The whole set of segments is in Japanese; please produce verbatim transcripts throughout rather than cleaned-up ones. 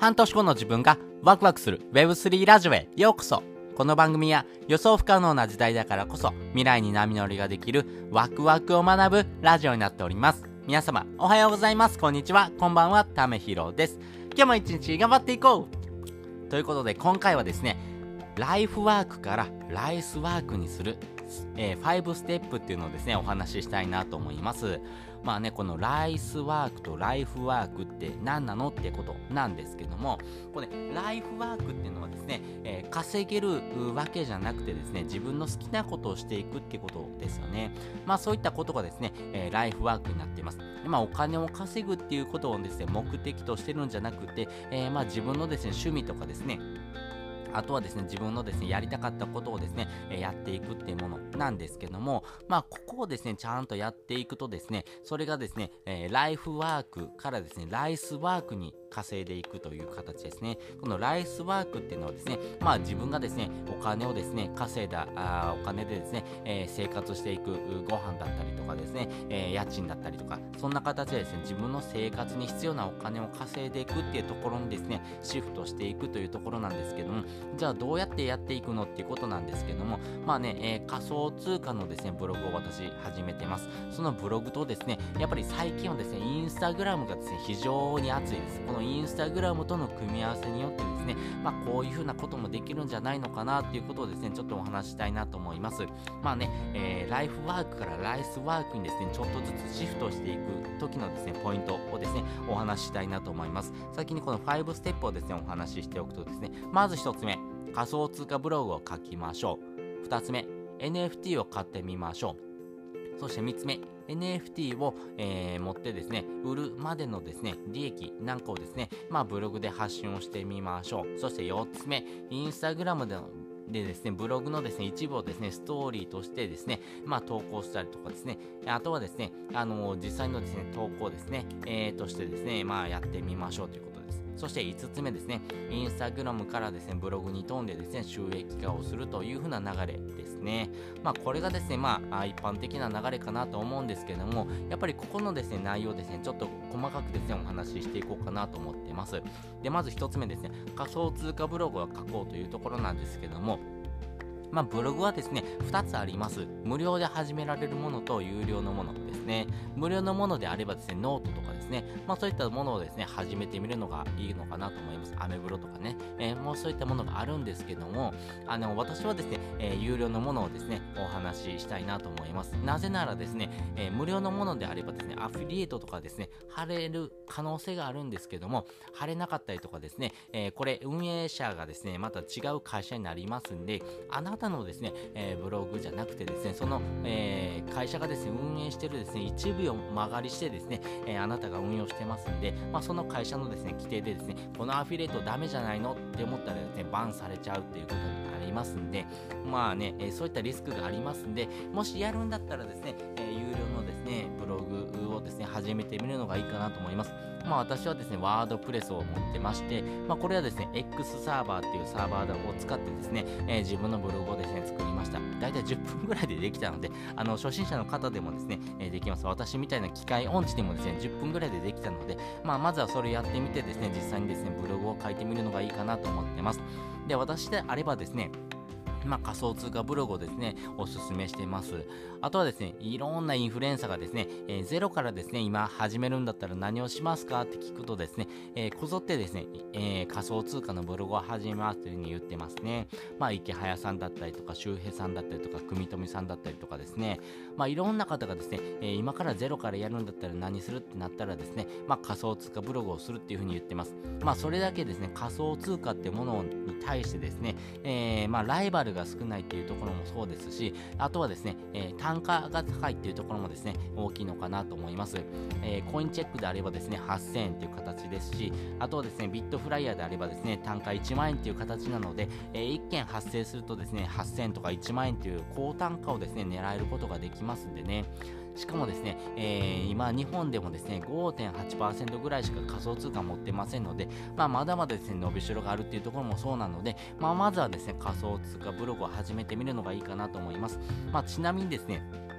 半年後の自分がワクワクする ウェブスリー ラジオへようこそ。この番組は予想不可能な時代だからこそ未来に波乗りができるワクワクを学ぶラジオになっております。皆様おはようございます。こんにちは、こんばんは。ためひろです。今日も一日頑張っていこうということで、今回はですね、ライフワークからライスワークにする、えー、ごステップっていうのをですねお話ししたいなと思います。まあね、このライスワークとライフワークって何なのってことなんですけども、これライフワークっていうのはですね、えー、稼げるわけじゃなくてですね、自分の好きなことをしていくってことですよね。まあそういったことがですね、えー、ライフワークになっています。でまあお金を稼ぐっていうことをですね目的としてるんじゃなくて、えー、まあ自分のですね趣味とかですね、あとはですね、自分のですね、やりたかったことをですね、えー、やっていくっていうものなんですけども、まあ、ここをですね、ちゃんとやっていくとですね、それがですね、えー、ライフワークからですね、ライスワークに稼いでいくという形ですね。このライスワークっていうのはですね、まあ自分がですね、お金をですね、稼いだあお金でですね、えー、生活していくご飯だったりとかですね、えー、家賃だったりとか、そんな形でですね、自分の生活に必要なお金を稼いでいくっていうところにですね、シフトしていくというところなんですけども、じゃあどうやってやっていくのっていうことなんですけども、まあね、えー、仮想通貨のですね、ブログを私始めてます。そのブログとですね、やっぱり最近はですね、インスタグラムがですね、非常に熱いです。このインスタグラムとの組み合わせによってですね、まあこういう風なこともできるんじゃないのかなっていうことをですね、ちょっとお話ししたいなと思います。まあね、えー、ライフワークからライスワークにですね、ちょっとずつシフトしていく時のですね、ポイントをですね、お話ししたいなと思います。先にこのごステップをですね、お話ししておくとですね、まずひとつめ、仮想通貨ブログを書きましょう。ふたつめ、エヌエフティー を買ってみましょう。そしてみっつめ、エヌエフティー を、えー、持ってですね、売るまでのですね、利益なんかをですね、まあブログで発信をしてみましょう。そしてよっつめ、インスタグラムでのでですね、ブログのですね、一部をですね、ストーリーとしてですね、まあ投稿したりとかですね、あとはですね、あのー、実際のですね、投稿ですね、えー、としてですね、まあやってみましょうということです。そしていつつめですね、インスタグラムからですね、ブログに飛んでですね、収益化をするという風な流れですね。まあこれがですね、まあ一般的な流れかなと思うんですけども、やっぱりここのですね、内容ですね、ちょっと細かくですね、お話ししていこうかなと思っています。で、まず一つ目ですね、仮想通貨ブログを書こうというところなんですけども、まあ、ブログはですね、ふたつあります。無料で始められるものと有料のものですね。無料のものであればですね、ノートとかですね、まあそういったものをですね、始めてみるのがいいのかなと思います。アメブロとかね、えー、もうそういったものがあるんですけども、あの、私はですね、えー、有料のものをですね、お話ししたいなと思います。なぜならですね、えー、無料のものであればですね、アフィリエイトとかですね、貼れる可能性があるんですけども、貼れなかったりとかですね、えー、これ運営者がですね、また違う会社になりますんで、あなたのですね、えー、ブログじゃなくてですね、その、えー、会社がですね、運営してるですね、一部を間借りしてですね、えー、あなたが運用してますんで、まあ、その会社のですね、規定でですね、このアフィリエイトダメじゃないのって思ったらですね、バンされちゃうっていうことになりますんで、まあね、えー、そういったリスクがありますんで、もしやるんだったらですね、えー、有料のですね、ブログをですね、始めてみるのがいいかなと思います。まあ私はですね、ワードプレスを持ってまして、まあこれはですね、X サーバーっていうサーバーを使ってですね、えー、自分のブログをですね、作りました。だいたいじゅっぷんぐらいでできたので、あの、初心者の方でもですね、えー、できます。私みたいな機械音痴でもですね、じゅっぷんぐらいでできたので、まあまずはそれやってみてですね、実際にですね、ブログを書いてみるのがいいかなと思ってます。で、私であればですね、まあ、仮想通貨ブログをですね、おすすめしています。あとはですね、いろんなインフルエンサーがですね、えー、ゼロからですね、今始めるんだったら何をしますかって聞くとですね、えー、こぞってですね、えー、仮想通貨のブログを始めますというふうに言ってますね。まあ、池早さんだったりとか、周平さんだったりとか、組富さんだったりとかですね、まあ、いろんな方がですね、えー、今からゼロからやるんだったら何するってなったらですね、まあ、仮想通貨ブログをするっていうふうに言ってます。まあ、それだけですね、仮想通貨ってものに対してですね、えー、まあ、ライバルが少ないっていうところもそうですし、あとはですね、えー、単価が高いっていうところもですね、大きいのかなと思います。えー、コインチェックであればですね、はっせんえんっていう形ですし、あとはですね、ビットフライヤーであればですね、単価いちまんえんっていう形なので、えー、いっけん発生するとですね、はっせんえんとかいちまんえんっていう高単価をですね、狙えることができますんでね。しかもですね、えー、今日本でもですね ごてんはちパーセント ぐらいしか仮想通貨持ってませんので、まあ、まだまだですね伸びしろがあるっていうところもそうなので、まあ、まずはですね仮想通貨ブログを始めてみるのがいいかなと思います。まあ、ちなみにですね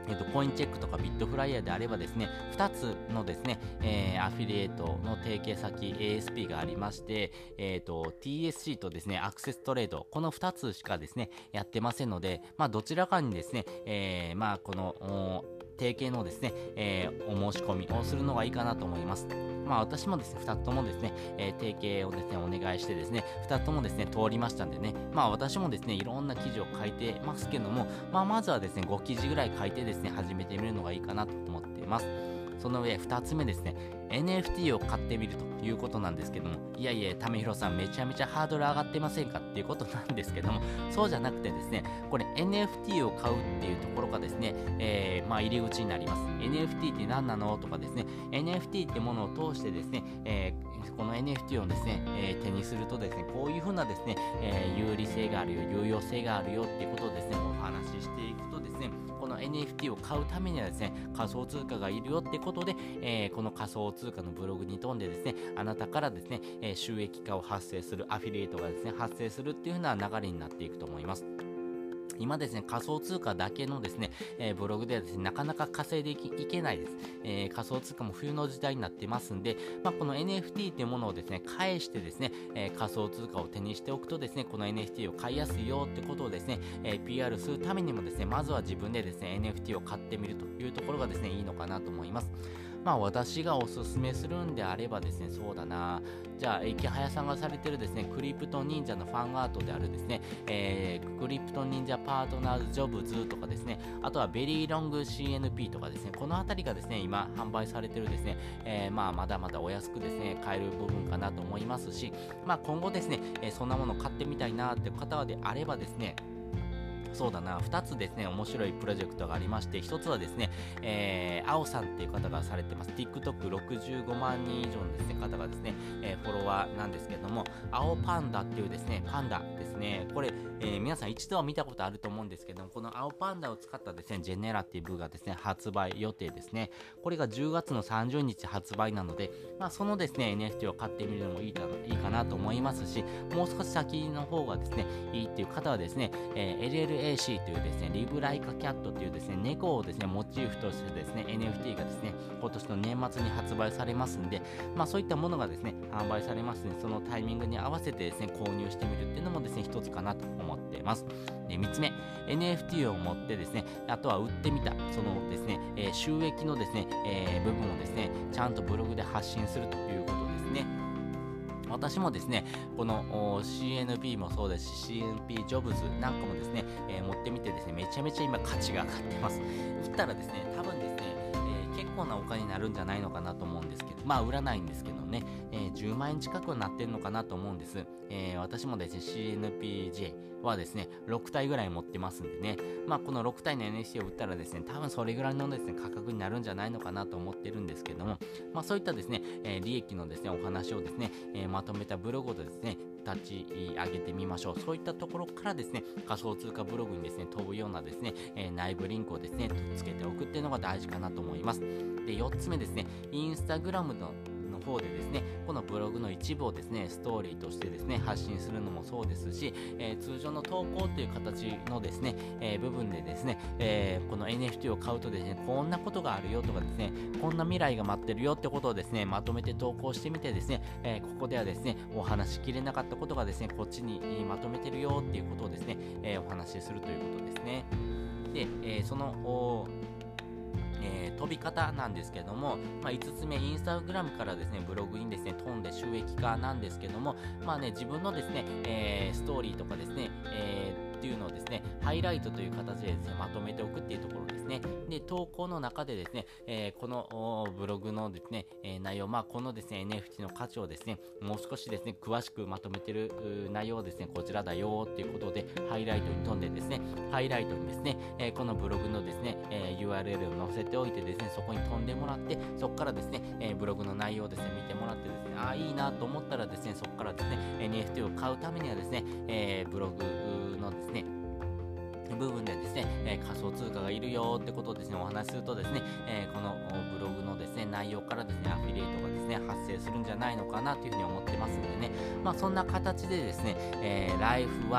えっと、コインチェックとかビットフライヤーであればですね、ふたつのですね、えー、アフィリエイトの提携先 エーエスピー がありまして、えっと、ティーエスシー とですね、アクセストレード、このふたつしかですね、やってませんので、まあ、どちらかにですね、えー、まあ、この、提携のですね、えー、お申し込みをするのがいいかなと思います。まあ私もですね、ふたつともですね、えー、提携をですね、お願いしてですね、ふたつともですね、通りましたんでね、まあ私もですね、いろんな記事を書いてますけども、まあまずはですね、ごきじぐらい書いてですね、始めてみるのがいいかなと思っています。その上、ふたつめですね、エヌエフティー を買ってみるということなんですけども、いやいや、ためひろさんめちゃめちゃハードル上がってませんかっていうことなんですけども、そうじゃなくてですね、これ エヌエフティー を買うっていうところがですね、えー、まあ入り口になります。エヌエフティー って何なのとかですね、エヌエフティー ってものを通してですね、えー、この エヌエフティー をですね、えー、手にするとですね、こういうふうなですね、えー、有利性があるよ、有用性があるよっていうことをですね、お話ししていくとですね、この エヌエフティー を買うためにはですね、仮想通貨がいるよってことで、えー、この仮想通貨のブログに飛んでですね、あなたからですね、えー、収益化を発生する、アフィリエイトがですね、発生するっていう風な流れになっていくと思います。今ですね、仮想通貨だけのですね、えー、ブログではですね、なかなか稼いでいきいけないです。えー、仮想通貨も冬の時代になってますんで、まあ、この エヌエフティー というものをですね、返してですね、えー、仮想通貨を手にしておくとですね、この エヌエフティー を買いやすいよってことをですね、えー、ピーアール するためにもですね、まずは自分でですね、エヌエフティー を買ってみるというところがですね、いいのかなと思います。まあ私がおすすめするんであればですね、そうだな、じゃあ、池早さんがされてるですね、クリプト忍者のファンアートであるですね、えー、クリプト忍者パートナーズジョブズとかですね、あとはベリーロング シーエヌピー とかですね、このあたりがですね、今販売されてるですね、えー、まあまだまだお安くですね、買える部分かなと思いますし、まあ今後ですね、えー、そんなもの買ってみたいなって方であればですね、そうだな、ふたつですね、面白いプロジェクトがありまして、ひとつはですね、えー、青さんっていう方がされてます。ティックトックろくじゅうごまんにん以上のですね、方がですね、えー、フォロワーなんですけども、青パンダっていうですね、パンダですね、これ、えー、皆さん一度は見たことあると思うんですけども、この青パンダを使ったですね、ジェネラティブがですね、発売予定ですね。これがじゅうがつのさんじゅうにち発売なので、まあ、そのですね、エヌエフティー を買ってみるのもいいかいいかなと思いますし、もう少し先の方がですね、いいっていう方はですね、えー、エルエルエーシー というですね、リブライカキャットというですね、猫をですね、モチーフとしてですね、エヌエフティー がですね、今年の年末に発売されますんで、まあそういったものがですね、販売されますので、そのタイミングに合わせてですね、購入してみるっていうのもですね、一つかなと思っています。で、みっつめ、エヌエフティー を持ってですね、あとは売ってみた、そのですね、えー、収益のですね、えー、部分をですね、ちゃんとブログで発信するということですね。私もですね、この シーエヌピー もそうですし、シーエヌピー ジョブズなんかもですね、えー、持ってみてですね、めちゃめちゃ今価値が上がってます。売ったらですね、多分ですね、えー、結構なお金になるんじゃないのかなと思うんですけど、まあ売らないんですけどね、えー、じゅうまんえん近くになってるのかなと思うんです。えー、私もですね、シーエヌピージェー はですね、ろくたいぐらい持ってますんでね、まあこのろくたいの エヌエフティー を売ったらですね、多分それぐらいのですね、価格になるんじゃないのかなと思ってるんですけども、まあそういったですね、えー、利益のですね、お話をですね、えー、まとめたブログをですね、立ち上げてみましょう。そういったところからですね、仮想通貨ブログにですね、飛ぶようなですね、えー、内部リンクをですね、つけておくっていうのが大事かなと思います。で、よっつめですね、インスタグラムのの方でですね、このブログの一部をですね、ストーリーとしてですね、発信するのもそうですし、えー、通常の投稿という形のですね、えー、部分でですね、えー、この エヌエフティー を買うとですね、こんなことがあるよとかですね、こんな未来が待ってるよってことをですね、まとめて投稿してみてですね、えー、ここではですね、お話しきれなかったことがですね、こっちにまとめてるよっていうことをですね、えー、お話しするということですね。で、えー、その、えー、飛び方なんですけども、まあ、いつつめ、インスタグラムからですね、ブログにですね、飛んで収益化なんですけども、まあね、自分のですね、えー、ストーリーとかですね、えーっていうのをですね、ハイライトという形でですね、まとめておくっていうところですね。で、投稿の中でですね、えー、このブログのですね、えー、内容、まあ、このですね、エヌエフティー の価値をですね、もう少しですね、詳しくまとめてる内容をですね、こちらだよっていうことで、ハイライトに飛んでですね、ハイライトにですね、えー、このブログのですね、えー、ユーアールエル を載せておいてですね、そこに飛んでもらって、そこからですね、えー、ブログの内容をですね、見てもらってですね、ああ、いいなと思ったらですね、そこからですね、エヌエフティー を買うためにはですね、えー、ブログのですね、部分でですね、えー、仮想通貨がいるよってことをですね、お話しするとですね、えー、このブログのですね、内容からですね、アフィリエイトがですね、発生するんじゃないのかなというふうに思ってますんでね、まあそんな形でですね、えー、ライフワーク、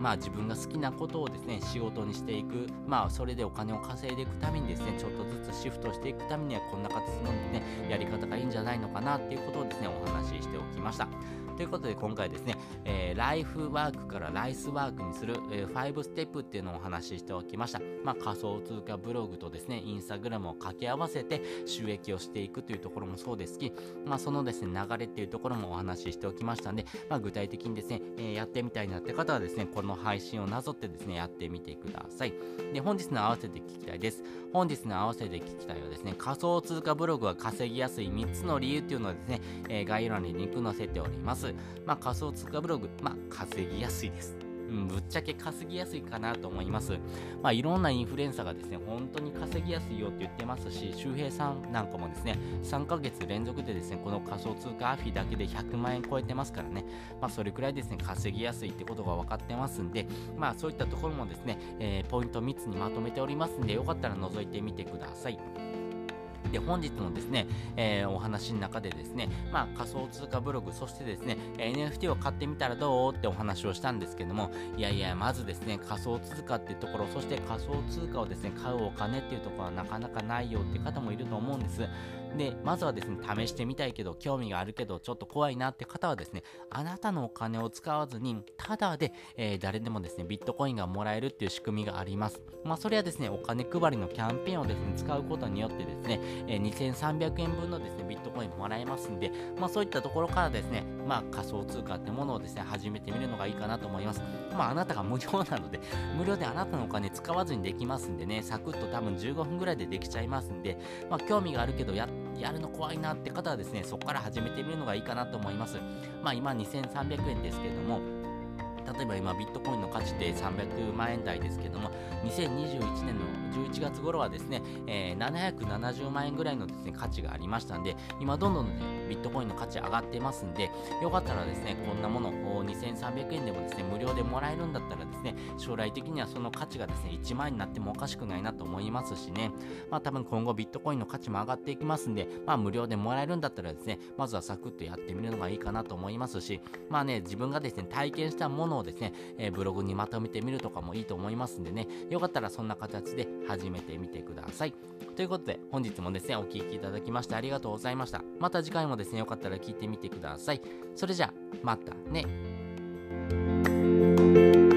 まあ自分が好きなことをですね仕事にしていく、まあそれでお金を稼いでいくためにですねちょっとずつシフトしていくためにはこんな形のねやり方がいいんじゃないのかなっていうことをですねお話ししておきました。ということで今回ですね、えー、ライフワークからライスワークにする、えー、ごステップっていうのをお話ししておきました。まあ仮想通貨ブログとですねインスタグラムを掛け合わせて収益をしていくというところもそうですし、まあそのですね流れっていうところもお話ししておきましたんで、まあ具体的にですね、えー、やってみたいなって方はですねこの配信をなぞってですねやってみてください。で本日の合わせて聞きたいです。本日の合わせて聞きたいはですね仮想通貨ブログが稼ぎやすいみっつの理由っていうのをですね、えー、概要欄にリンク載せております。まあ仮想通貨ブログ、まあ稼ぎやすいです。うん、ぶっちゃけ稼ぎやすいかなと思います。まあいろんなインフルエンサーがですね本当に稼ぎやすいよって言ってますし、周平さんなんかもですねさんかげつ連続でですねこの仮想通貨アフィだけでひゃくまんえん超えてますからね、まあそれくらいですね稼ぎやすいってことが分かってますんで、まあそういったところもですね、えー、ポイントみっつにまとめておりますんで、よかったら覗いてみてください。で本日のですね、えー、お話の中でですね、まあ仮想通貨ブログ、そしてですね エヌエフティー を買ってみたらどうってお話をしたんですけども、いやいやまずですね仮想通貨っていうところ、そして仮想通貨をですね買うお金っていうところはなかなかないよっていう方もいると思うんです。でまずはですね試してみたいけど興味があるけどちょっと怖いなって方はですね、あなたのお金を使わずにタダで、えー、誰でもですねビットコインがもらえるっていう仕組みがあります。まあそれはですねお金配りのキャンペーンをですね使うことによってですね、えー、にせんさんびゃくえんぶんのですねビットコインもらえますんで、まあそういったところからですね、まあ仮想通貨ってものをですね始めてみるのがいいかなと思います。まああなたが無料なので無料であなたのお金使わずにできますんでね、サクッと多分じゅうごふんぐらいでできちゃいますんで、まあ興味があるけどややるの怖いなって方はですねそこから始めてみるのがいいかなと思います。まあ今にせんさんびゃくえんですけれども、例えば今ビットコインの価値ってさんびゃくまんえん台ですけども、にせんにじゅういちねんのじゅういちがつ頃はですね、えー、ななひゃくななじゅうまんえんぐらいのですね価値がありましたんで、今どんどんねビットコインの価値上がってますんで、よかったらですねこんなものにせんさんびゃくえんでもですね無料でもらえるんだったらですね、将来的にはその価値がですねいちまんえんになってもおかしくないなと思いますしね、まあ多分今後ビットコインの価値も上がっていきますんで、まあ無料でもらえるんだったらですねまずはサクッとやってみるのがいいかなと思いますし、まあね自分がですね体験したものをですね、えーブログにまとめてみるとかもいいと思いますんでね、よかったらそんな形で始めてみてください。ということで本日もですねお聞きいただきましてありがとうございました。また次回もですねよかったら聞いてみてください。それじゃあまたね。